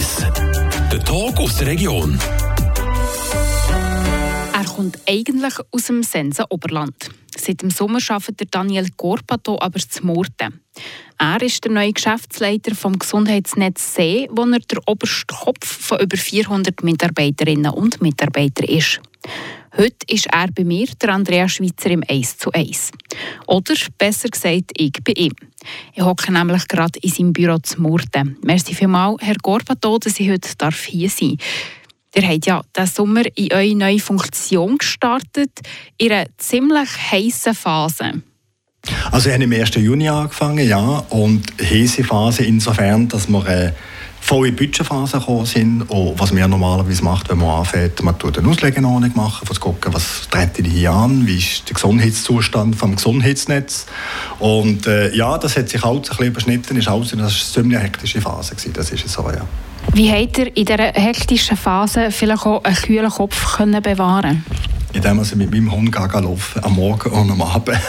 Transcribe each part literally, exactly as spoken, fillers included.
eins. Der Talk aus der Region. Er kommt eigentlich aus dem Sensen-Oberland. Seit dem Sommer arbeitet der Daniel Gorpato aber zu Murten. Er ist der neue Geschäftsleiter vom Gesundheitsnetz See, wo er der oberste Kopf von über vierhundert Mitarbeiterinnen und Mitarbeitern ist. Heute ist er bei mir, der Andrea Schweitzer, im eins zu eins. Oder besser gesagt, ich bei ihm. Ich hocke nämlich gerade in seinem Büro zu Murten. Merci vielmals, Herr Gorpato, dass ich heute hier sein darf. Ihr habt ja diesen Sommer in eure neue Funktion gestartet, in einer ziemlich heissen Phase. Also ich habe am ersten Juni angefangen, ja, und heiße Phase insofern, dass wir äh, voll in die Budgetphase gekommen sind. Und was man normalerweise macht, wenn man anfängt, man tut eine Auslegeordnung machen, um zu gucken, was trete ich hier an, wie ist der Gesundheitszustand vom Gesundheitsnetz. Und äh, ja, das hat sich alles ein bisschen überschnitten, ist alles, das war eine ziemlich hektische Phase gewesen, das ist es so, ja. Wie habt ihr in dieser hektischen Phase vielleicht auch einen kühlen Kopf können bewahren? Indem ich mit meinem Hund laufen, am Morgen und am Abend.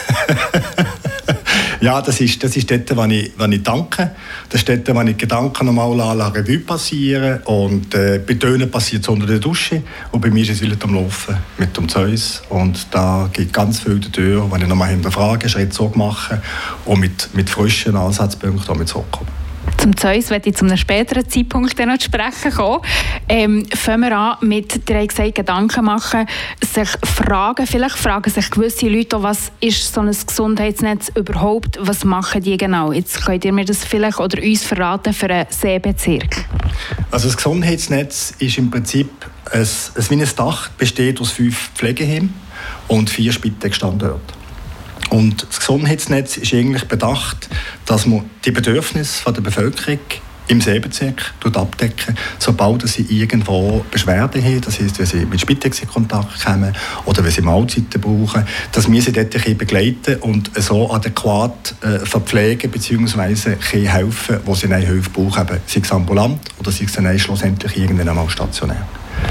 Ja, das ist, das ist dort, wo ich, wo ich danke. Das ist dort, wo ich Gedanken nochmal an Revue passieren. Und äh, bei Tönen passiert es unter der Dusche. Und bei mir ist es wieder am Laufen mit dem Zeus. Und da geht ganz viel die Tür, wenn ich nochmal hinterfrage, Schritt zurück mache und mit, mit frischen Ansatzpunkten mit zurückkomme. Zum Zeus werde ich zu einem späteren Zeitpunkt noch zu sprechen kommen. Ähm, fangen wir an mit, ihr habt gesagt, Gedanken machen, sich fragen, vielleicht fragen sich gewisse Leute auch, was ist so ein Gesundheitsnetz überhaupt, was machen die genau? Jetzt könnt ihr mir das vielleicht oder uns verraten für einen Seebezirk. Also das Gesundheitsnetz ist im Prinzip ein, ein, wie ein Dach, besteht aus fünf Pflegeheimen und vier Spitex-Standorten. Und das Gesundheitsnetz ist eigentlich bedacht, dass man die Bedürfnisse der Bevölkerung im Seebezirk abdecken, sobald sie irgendwo Beschwerden haben, das heisst, wenn sie mit Spitex in Kontakt kommen oder wenn sie Mahlzeiten brauchen, dass wir sie dort begleiten und so adäquat äh, verpflegen bzw. helfen, wo sie eine Hilfe brauchen, sei es ambulant oder sei es schlussendlich irgendwann einmal stationär.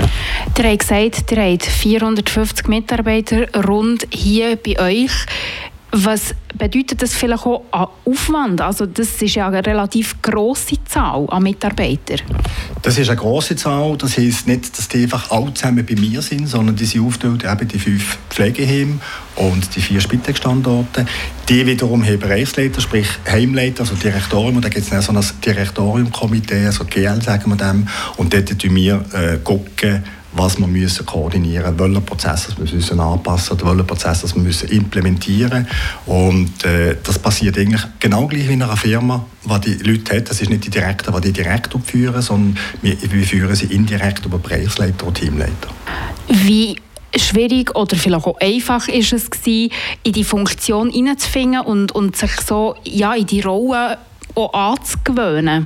Ihr habt gesagt, ihr habt vierhundertfünfzig Mitarbeiter rund hier bei euch. Was bedeutet das vielleicht auch an Aufwand? Also das ist ja eine relativ grosse Zahl an Mitarbeitern. Das ist eine grosse Zahl. Das heisst nicht, dass die einfach alle zusammen bei mir sind, sondern die sind aufgeteilt eben die fünf Pflegeheime und die vier Spitex-Standorte. Die wiederum haben Bereichsleiter, sprich Heimleiter, also Direktorium. Und da gibt es dann so ein Direktoriumkomitee, also G L sagen wir dem. Und dort schauen wir äh, gucken, was wir müssen koordinieren müssen, welche Prozesse wir müssen anpassen oder welche Prozesse wir müssen implementieren müssen. Und äh, das passiert eigentlich genau gleich wie in einer Firma, die die Leute hat. Das ist nicht die Direkten, die die direkt führen, sondern wir, wir führen sie indirekt über Bereichsleiter und Teamleiter. Wie schwierig oder vielleicht auch einfach ist es gewesen, in die Funktion hineinzufinden und, und sich so ja, in die Rolle auch anzugewöhnen?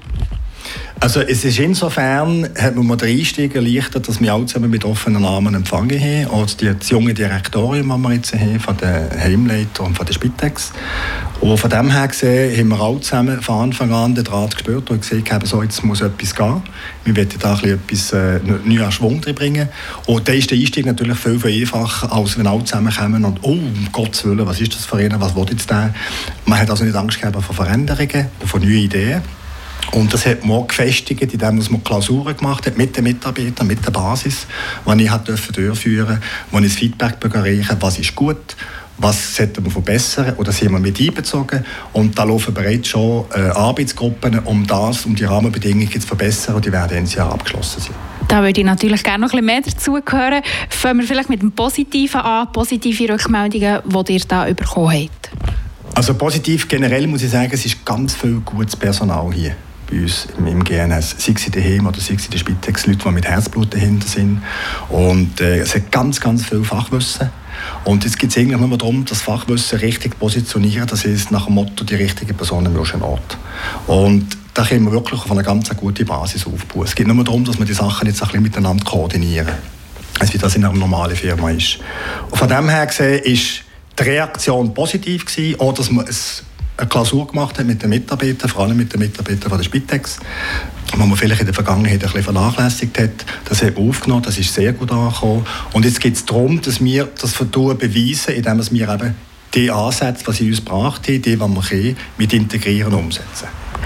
Also es ist insofern, hat man den Einstieg erleichtert, dass wir alle zusammen mit offenen Armen empfangen haben. Und die, das junge Direktorium, das wir jetzt haben, von den Heimleitern und von der Spitex. Und von dem her gesehen, haben wir alle zusammen von Anfang an den Draht gespürt und gesagt haben, so, jetzt muss etwas gehen. Wir wollen da etwas äh, neu an Schwung bringen. Und dann ist der Einstieg natürlich viel, viel einfacher, als wenn alle zusammenkommen und oh, um Gottes Willen, was ist das für einen, was will jetzt der? Man hat also nicht Angst gehabt vor Veränderungen und vor neuen Ideen. Und das hat man auch gefestigt, indem man Klausuren gemacht hat mit den Mitarbeitern, mit der Basis, die ich durchführen durfte, wo ich das Feedback erreichen, was ist gut, was sollte man verbessern, oder sind wir mit einbezogen. Und da laufen bereits schon äh, Arbeitsgruppen, um das, um die Rahmenbedingungen zu verbessern, und die werden dieses Jahr abgeschlossen sein. Da würde ich natürlich gerne noch ein bisschen mehr dazu hören. Fangen wir vielleicht mit dem Positiven an, positive Rückmeldungen, die ihr da bekommen habt. Also positiv generell muss ich sagen, es ist ganz viel gutes Personal hier bei uns im G N S, sei es in den Heimen oder sei es in der Spitex, Leute, die mit Herzblut dahinter sind. Und äh, es hat ganz, ganz viel Fachwissen. Und jetzt geht es eigentlich nur darum, das Fachwissen richtig positionieren, das heißt nach dem Motto, die richtige Person am richtigen Ort. Und da können wir wirklich auf eine ganz gute Basis aufbauen. Es geht nur darum, dass wir die Sachen jetzt ein bisschen miteinander koordinieren, als wie das in einer normalen Firma ist. Und von dem her gesehen ist die Reaktion positiv gewesen, auch dass man eine Klausur gemacht hat mit den Mitarbeitern, vor allem mit den Mitarbeitern von der Spitex, die man vielleicht in der Vergangenheit ein bisschen vernachlässigt hat. Das hat man aufgenommen, das ist sehr gut angekommen. Und jetzt geht es darum, dass wir das Vertrauen beweisen, indem wir eben die Ansätze, die sie uns gebracht haben, die, die wir können, mit integrieren und umsetzen.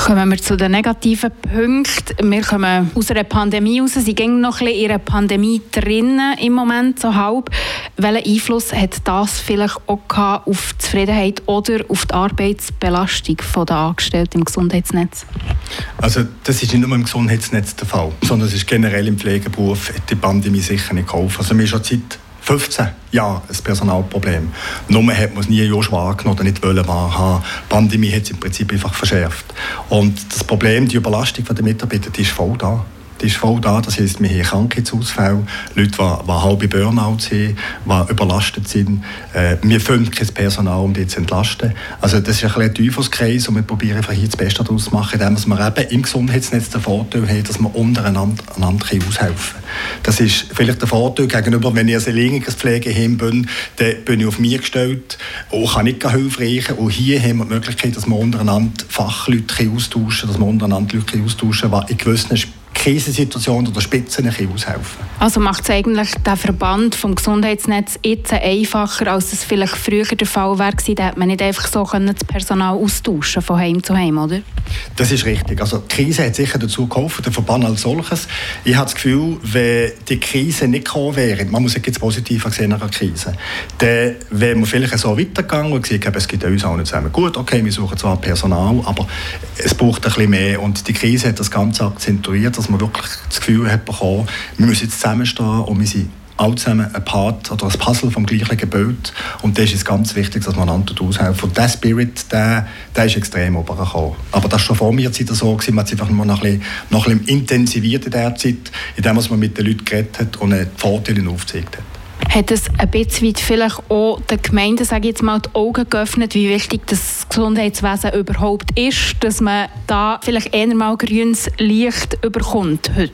Kommen wir zu den negativen Punkten. Wir kommen aus einer Pandemie raus. Sie gehen noch ein bisschen in einer Pandemie drinnen im Moment, so halb. Welchen Einfluss hat das vielleicht auch gehabt auf die Zufriedenheit oder auf die Arbeitsbelastung der Angestellten im Gesundheitsnetz? Also das ist nicht nur im Gesundheitsnetz der Fall, sondern es ist generell im Pflegeberuf hat die Pandemie sicher nicht geholfen. Also wir schon seit fünfzehn Jahren ein Personalproblem. Nur hat man es nie wahrgenommen oder nicht wollen wahrhaben. Die Pandemie hat es im Prinzip einfach verschärft. Und das Problem, die Überlastung der Mitarbeiter, die ist voll da. Die ist voll da. Das heisst, wir haben Krankheitsausfälle, Leute, die, die halbe Burnout sind, die überlastet sind. Äh, wir finden kein Personal, um die zu entlasten. Also das ist ein, ein Teufelskreis und wir probieren einfach hier das Beste daraus zu machen, indem wir eben im Gesundheitsnetz den Vorteil haben, dass wir untereinander einander aushelfen können. Das ist vielleicht der Vorteil gegenüber, wenn ich ein alleiniges Pflegeheim bin, dann bin ich auf mich gestellt und kann nicht Hilfe reichen. Und hier haben wir die Möglichkeit, dass wir untereinander Fachleute austauschen, dass wir untereinander Leute austauschen, die in gewissen Krisensituationen oder Spitzen aushelfen. Also macht es eigentlich den Verband vom Gesundheitsnetz jetzt einfacher, als es vielleicht früher der Fall war? Da hat man nicht einfach so das Personal austauschen von Heim zu Heim, oder? Das ist richtig. Also die Krise hat sicher dazu geholfen, der Verband als solches. Ich habe das Gefühl, wenn die Krise nicht gekommen wäre, man muss jetzt positiv sehen nach einer Krise, dann wäre man vielleicht so weitergegangen und gesagt, es gibt uns auch nicht zusammen. Gut, okay, wir suchen zwar Personal, aber es braucht ein bisschen mehr. Und die Krise hat das Ganze akzentuiert, dass man wirklich das Gefühl hat bekommen, wir müssen jetzt zusammenstehen und wir sind alle zusammen ein Part oder ein Puzzle vom gleichen Gebiet. Und das ist es ganz wichtig, dass man einander aushelfen. Und dieser Spirit, der, der ist extrem obergekommen. Aber das war schon vor mir Zeit so gewesen. Man hat es einfach nur noch ein bisschen, noch ein bisschen intensiviert in dieser Zeit, indem man mit den Leuten geredet hat und die Vorteile aufgezeigt hat. Hat es ein bisschen weit vielleicht auch den Gemeinden, sage ich jetzt mal, die Augen geöffnet, wie wichtig das Gesundheitswesen überhaupt ist, dass man da vielleicht eher mal grünes Licht überkommt heute?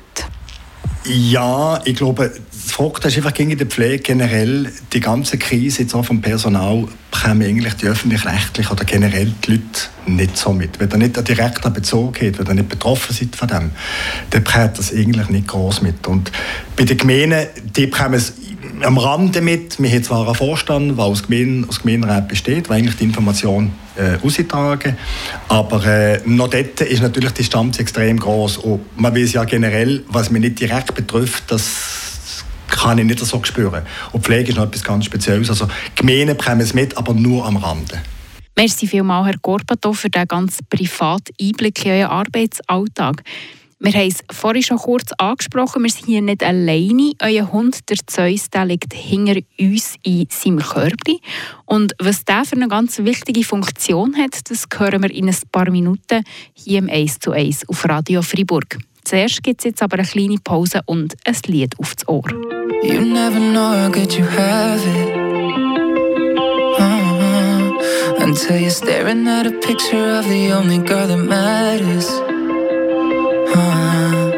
Ja, ich glaube, das Fakt ist einfach gegen die Pflege generell, die ganze Krise jetzt auch vom Personal bekommen eigentlich die öffentlich-rechtlichen oder generell die Leute nicht so mit. Wenn ihr nicht einen direkten Bezug habt, wenn ihr nicht betroffen seid von dem, dann bekommt das eigentlich nicht gross mit. Und bei den Gemeinden, die bekommen es am Rande mit. Wir haben zwar einen Vorstand, der aus, Gemeinde, aus Gemeinderat besteht, der eigentlich die Information äh, austragen. Aber äh, noch dort ist natürlich die Distanz extrem gross. Und man weiß ja generell, was mich nicht direkt betrifft, das kann ich nicht so spüren. Und Pflege ist noch etwas ganz Spezielles. Also Gemeinden bekommen es mit, aber nur am Rande. Merci vielmals, Herr Gorpato, für diesen ganz privaten Einblick in euren Arbeitsalltag. Wir haben es vorhin schon kurz angesprochen, wir sind hier nicht alleine. Euer Hund, der Zeus, der liegt hinter uns in seinem Körbchen. Und was der für eine ganz wichtige Funktion hat, das hören wir in ein paar Minuten hier im eins zu eins auf Radio Freiburg. Zuerst gibt es jetzt aber eine kleine Pause und ein Lied aufs Ohr. You never know how good you have it. Uh-huh. Until you're staring at a picture of the only girl that matters. Uh,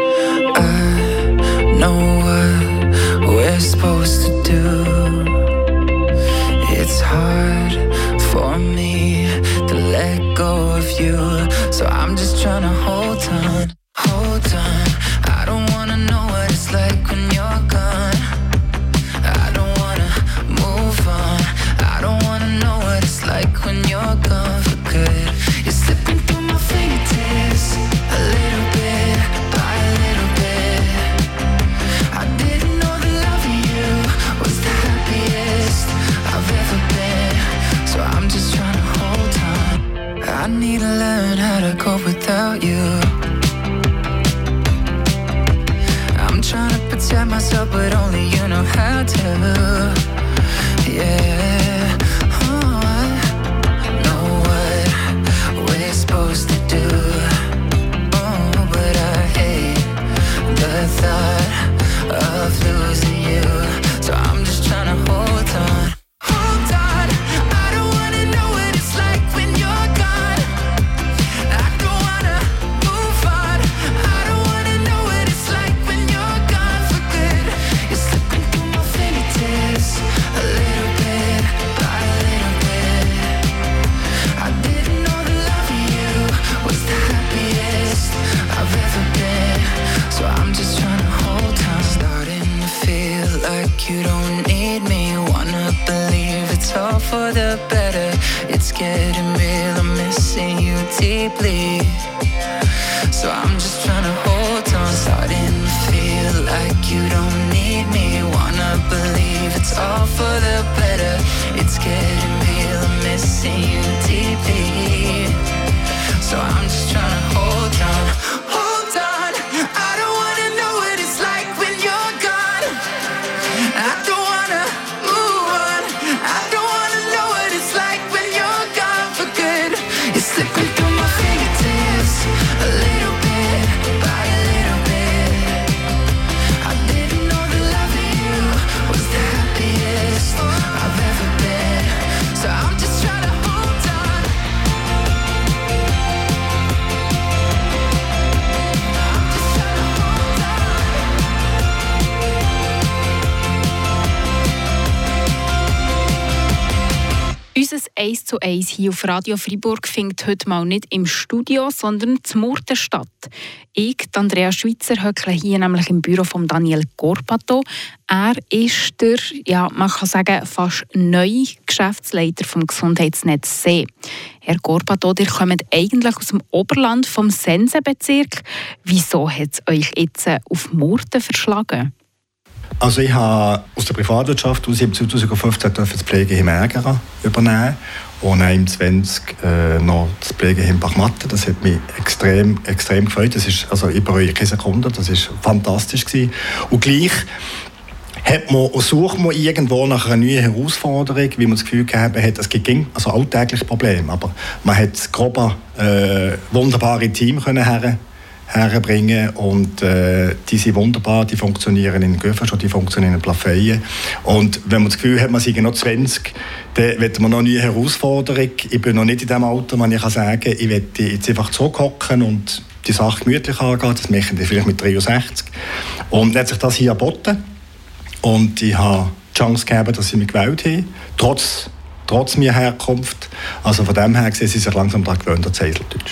I know what we're supposed to do. It's hard for me to let go of you, so I'm just trying to hold on, hold on. I don't wanna know what it's like when you're gone. I don't wanna move on. I don't wanna know what it's like when you're gone for good. You're slipping through my fingertips, a little bit by a little bit. I didn't know that loving you was the happiest I've ever been, so I'm just trying to hold on. I need to learn how to cope without you. I'm trying to protect myself, but only you know how to. Yeah, oh, I know what we're supposed to do. Oh, but I hate the thought of losing you, so I'm just trying to hold on. Hold on, I don't wanna know what it's like when you're gone. I don't wanna move on. I don't wanna know what it's like when you're gone for good. You're slipping through my fingertips, a little bit by a little bit. I didn't know that loving you deeply. So I'm just trying to hold on, starting to feel like you don't need me. Wanna believe it's all for the better. It's getting real, I'm missing you deeply. So I'm just trying to hold on, hold on. I don't wanna know what it's like when you're gone. I don't wanna move on. I don't wanna know what it's like when you're gone for good. You're slipping through my fingertips a little bit by a little bit. I didn't know that loving you was the happiest I've ever been. So I'm just trying to hold on. I'm just trying to hold on. Unser eins zu eins hier auf Radio Freiburg findet heute mal nicht im Studio, sondern in Murten statt. Ich, Andrea Schweitzer, höckle hier nämlich im Büro von Daniel Corpato. Er ist der, ja, man kann sagen, fast neue Geschäftsleiter vom Gesundheitsnetz See. Herr Corpato, ihr kommt eigentlich aus dem Oberland vom Sensenbezirk. Wieso hat es euch jetzt auf Murten verschlagen? Also ich habe aus der Privatwirtschaft aus zwanzig fünfzehn das Pflegeheim Ägera übernehmen und dann im zwanzig äh, noch das Pflegeheim Bachmatten. Das hat mich extrem, extrem gefreut. Das ist, also ich bereue keine Sekunde, das war fantastisch gewesen. Und gleich hat man, sucht man irgendwo nach einer neuen Herausforderung, wie man das Gefühl gehabt hat, es gibt also alltägliche Probleme, aber man hat das grobe, äh, wunderbare Team können her herbringen und äh, die sind wunderbar, die funktionieren in Göffers und die funktionieren in Plafeyen. Und wenn man das Gefühl hat, man sei noch zwanzig, dann will man noch eine neue Herausforderung. Ich bin noch nicht in dem Alter, wo ich kann sagen kann, ich will jetzt einfach zurückhocken und die Sache gemütlich angehen. Das machen die vielleicht mit dreiundsechzig. Und dann hat sich das hier angeboten und ich habe die Chance gegeben, dass sie mich gewählt haben, trotz, trotz meiner Herkunft. Also von dem her gesehen, sie sich langsam daran gewöhnt an das Eiseldeutsch.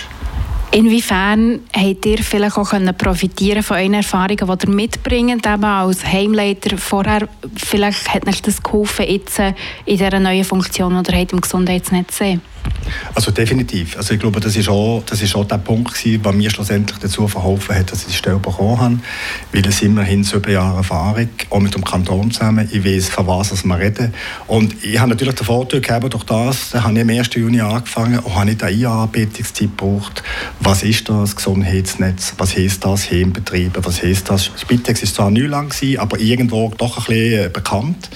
Inwiefern habt ihr vielleicht auch profitieren von euren Erfahrungen, die ihr mitbringt, eben als Heimleiter vorher? Vielleicht hat euch das geholfen, jetzt in dieser neuen Funktion, die ihr habt im Gesundheitsnetz sehen? Also definitiv. Also ich glaube, das ist auch, das ist auch der Punkt gewesen, der mir schlussendlich dazu verholfen hat, dass ich die Stelle bekommen habe. Weil es immerhin sieben Jahre Erfahrung, auch mit dem Kanton zusammen. Ich weiß, von was wir reden. Und ich habe natürlich den Vorteil gehabt, durch das, da habe ich am ersten Juni angefangen und habe nicht eine Einarbeitungszeit gebraucht. Was ist das Gesundheitsnetz? Was heisst das Heimbetriebe? Was heisst das? Spitex war zwar Neuland gewesen, aber irgendwo doch ein bisschen bekannt.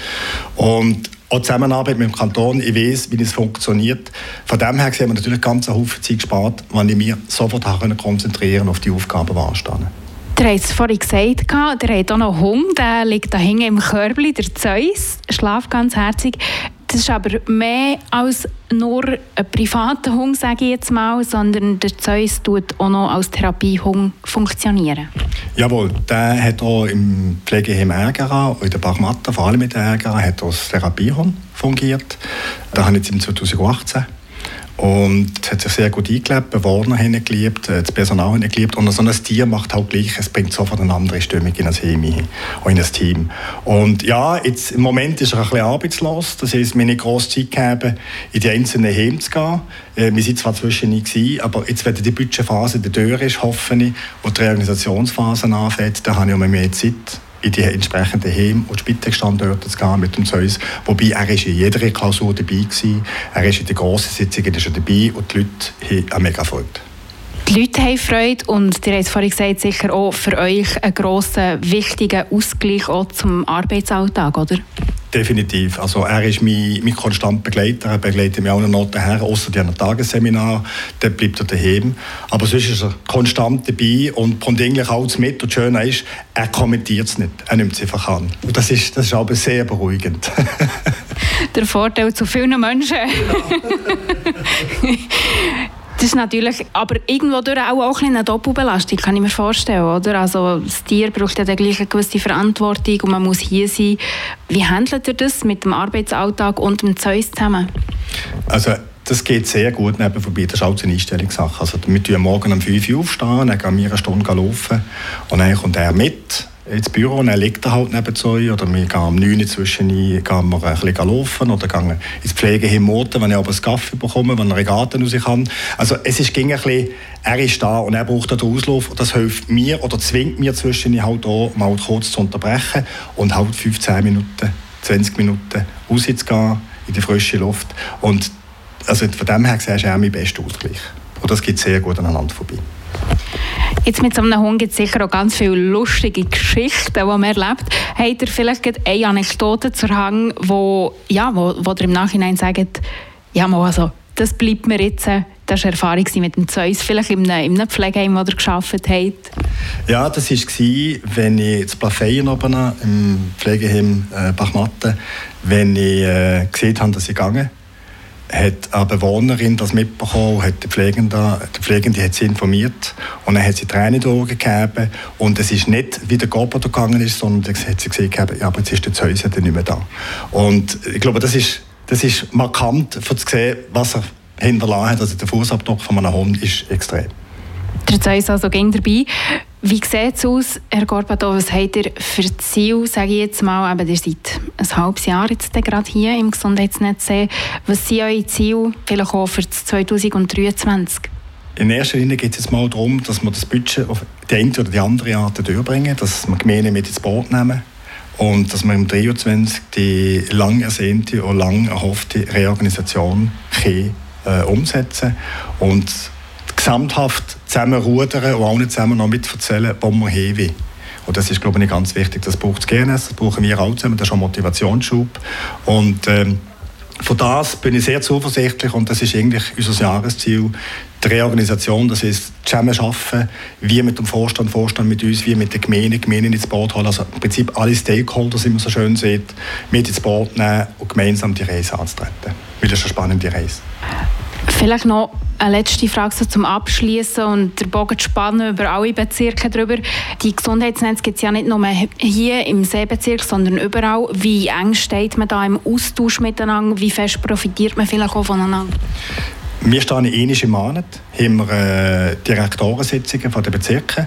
Und auch die Zusammenarbeit mit dem Kanton, ich weiss, wie es funktioniert. Von dem her haben wir natürlich ganz einen Haufen Zeit gespart, wenn ich mich sofort konzentrieren auf die Aufgaben, die anstehen. Ihr habt es vorhin gesagt, ihr habt auch noch einen Hund, der liegt da hinten im Körbchen, der Zeus, schlaft ganz herzig. Das ist aber mehr als nur ein privater Hund, sage ich jetzt mal, sondern der Zeus tut auch noch als Therapiehund funktionieren. Jawohl, der hat auch im Pflegeheim Ägera und in der Bachmatten, vor allem in der Ägera, hat als Therapiehund fungiert. Da habe ich jetzt im zwanzig achtzehn. Und es hat sich sehr gut eingelebt, die Bewohner haben ihn geliebt, das Personal haben ihn geliebt. Und so ein Tier macht halt gleich, es bringt sofort eine andere Stimmung in ein Heim, auch in ein Team. Und ja, jetzt, im Moment ist er ein bisschen arbeitslos. Das heisst, mir nicht grosse Zeit gegeben, in die einzelnen Heime zu gehen. Wir waren zwar zwischen nie gewesen, aber jetzt, wenn die Budgetphase in der Tür ist, hoffe ich, wo die Reorganisationsphase anfängt, dann habe ich auch mehr Zeit, in die entsprechenden Heim- und Spitex-Standorte zu gehen mit dem Zeus. Wobei er ist in jeder Klausur dabei war. Er ist in den grossen Sitzungen ist er dabei und die Leute haben mega Freude. Die Leute haben Freude und ihr habt es vorhin gesagt, sicher auch für euch einen grossen, wichtigen Ausgleich auch zum Arbeitsalltag, oder? Definitiv. Also er ist mein, mein konstanter Begleiter. Er begleitet mich auch noch her, außer die einem Tagesseminar. Dort bleibt er daheim. Aber sonst ist er konstant dabei und bringt eigentlich alles mit. Und das Schöne ist, er kommentiert es nicht. Er nimmt es einfach an. Und das ist, das ist aber sehr beruhigend. Der Vorteil zu vielen Menschen. Das ist natürlich, aber irgendwo durch auch eine Doppelbelastung, kann ich mir vorstellen, oder? Also das Tier braucht ja dann gleich eine gewisse Verantwortung und man muss hier sein. Wie handelt ihr das mit dem Arbeitsalltag und dem Zeus zusammen? Also das geht sehr gut neben vorbei. Das ist auch eine Einstellungssache. Also wir tun morgen um fünf Uhr aufstehen, dann gehen wir eine Stunde laufen und dann kommt er mit. ins Büro und dann liegt er halt neben zu. Oder wir gehen um neun Uhr zwischen gehen wir ein bisschen laufen oder gehen ins Pflegeheim Murten, wenn ich aber einen Kaffee bekomme, wenn er Regatten raus kann. Also es ist ging ein bisschen, er ist da und er braucht den Auslauf. Und das hilft mir oder zwingt mir zwischen halt auch mal kurz zu unterbrechen und halt fünfzehn Minuten, zwanzig Minuten rauszugehen in die frische Luft. Und also von dem her gesehen ist er mein bester Ausgleich. Und das geht sehr gut aneinander vorbei. Jetzt mit so einem Hund gibt es sicher auch ganz viele lustige Geschichten, die man erlebt. Habt ihr vielleicht eine Anekdote zur Hang, wo, ja, wo, wo ihr im Nachhinein sagt, ja, mal also, das bleibt mir jetzt, das war eine Erfahrung mit dem Zeus, vielleicht in einem, in einem Pflegeheim, wo ihr gearbeitet habt? Ja, das war, wenn ich in Plafeyen oben im Pflegeheim äh, Bachmatten, wenn ich äh, gesehen habe, dass ich gegangen hat eine Bewohnerin das mitbekommen, hat die Pflegende, die Pflegende hat sie informiert und dann hat sie Tränen in die Augen gegeben und es ist nicht wie der Roboter gegangen ist, sondern dann hat sie gesehen, ja, aber jetzt ist der Zeus nicht mehr da. Und ich glaube, das ist, das ist markant, um zu sehen, was er hinterlassen hat. Also der Fußabdruck von einem Hund ist extrem. Der Zeus also ging dabei. Wie sieht es aus, Herr Gorpato, was habt ihr für Ziel, sage ich jetzt mal, eben, ihr seid ein halbes Jahr jetzt gerade hier im Gesundheitsnetz. Was sind eure Ziele, vielleicht auch für zwanzig dreiundzwanzig? In erster Linie geht es jetzt mal darum, dass wir das Budget auf die eine oder die andere Art durchbringen, dass wir Gemeinden mit ins Boot nehmen und dass wir im dreiundzwanzig die lang ersehnte und lang erhoffte Reorganisation können, äh, umsetzen und gesamthaft zusammen rudern und allen zusammen noch miterzählen, wo wir hin wollen. Und das ist, glaube ich, ganz wichtig. Das braucht das G N S, das brauchen wir auch zusammen, das ist ein Motivationsschub. Und ähm, von das bin ich sehr zuversichtlich und das ist eigentlich unser Jahresziel. Die Reorganisation, das ist zusammen arbeiten, wie mit dem Vorstand, Vorstand mit uns, wie mit den Gemeinden, Gemeinden ins Boot holen. Also im Prinzip alle Stakeholders, wie man so schön sieht, mit ins Boot nehmen und gemeinsam die Reise anzutreten. Weil das ist eine spannende Reise. Vielleicht noch eine letzte Frage so zum Abschließen und der Bogen zu spannen über alle Bezirke drüber. Die Gesundheitsnetze gibt es ja nicht nur hier im Seebezirk, sondern überall. Wie eng steht man da im Austausch miteinander? Wie fest profitiert man vielleicht auch voneinander? Wir stehen einmal im Monat, haben wir äh, Direktorensitzungen von den Bezirken.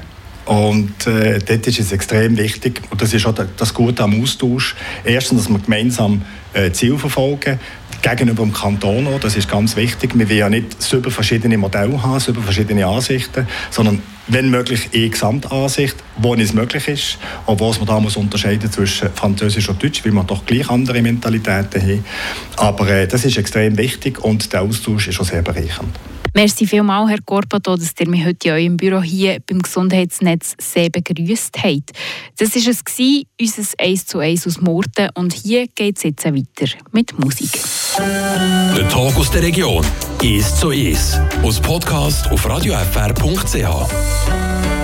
Und äh, dort ist es extrem wichtig, und das ist auch das Gute am Austausch, erstens, dass wir gemeinsam äh, Ziele verfolgen, gegenüber dem Kanton auch, das ist ganz wichtig. Wir wollen ja nicht super verschiedene Modelle haben, super verschiedene Ansichten, sondern wenn möglich eine Gesamtansicht, wo es möglich ist, und wo man da muss unterscheiden zwischen Französisch und Deutsch, weil wir doch gleich andere Mentalitäten haben. Aber äh, das ist extrem wichtig und der Austausch ist auch sehr bereichernd. Merci vielmals, Herr Gorpato, dass ihr mich heute in eurem Büro hier beim Gesundheitsnetz sehr begrüßt habt. Das war es, unser eins zu eins aus Murten. Und hier geht es jetzt weiter mit Musik. Der Tag aus der Region. eins zu eins. Aus Podcast auf radio f r punkt c h.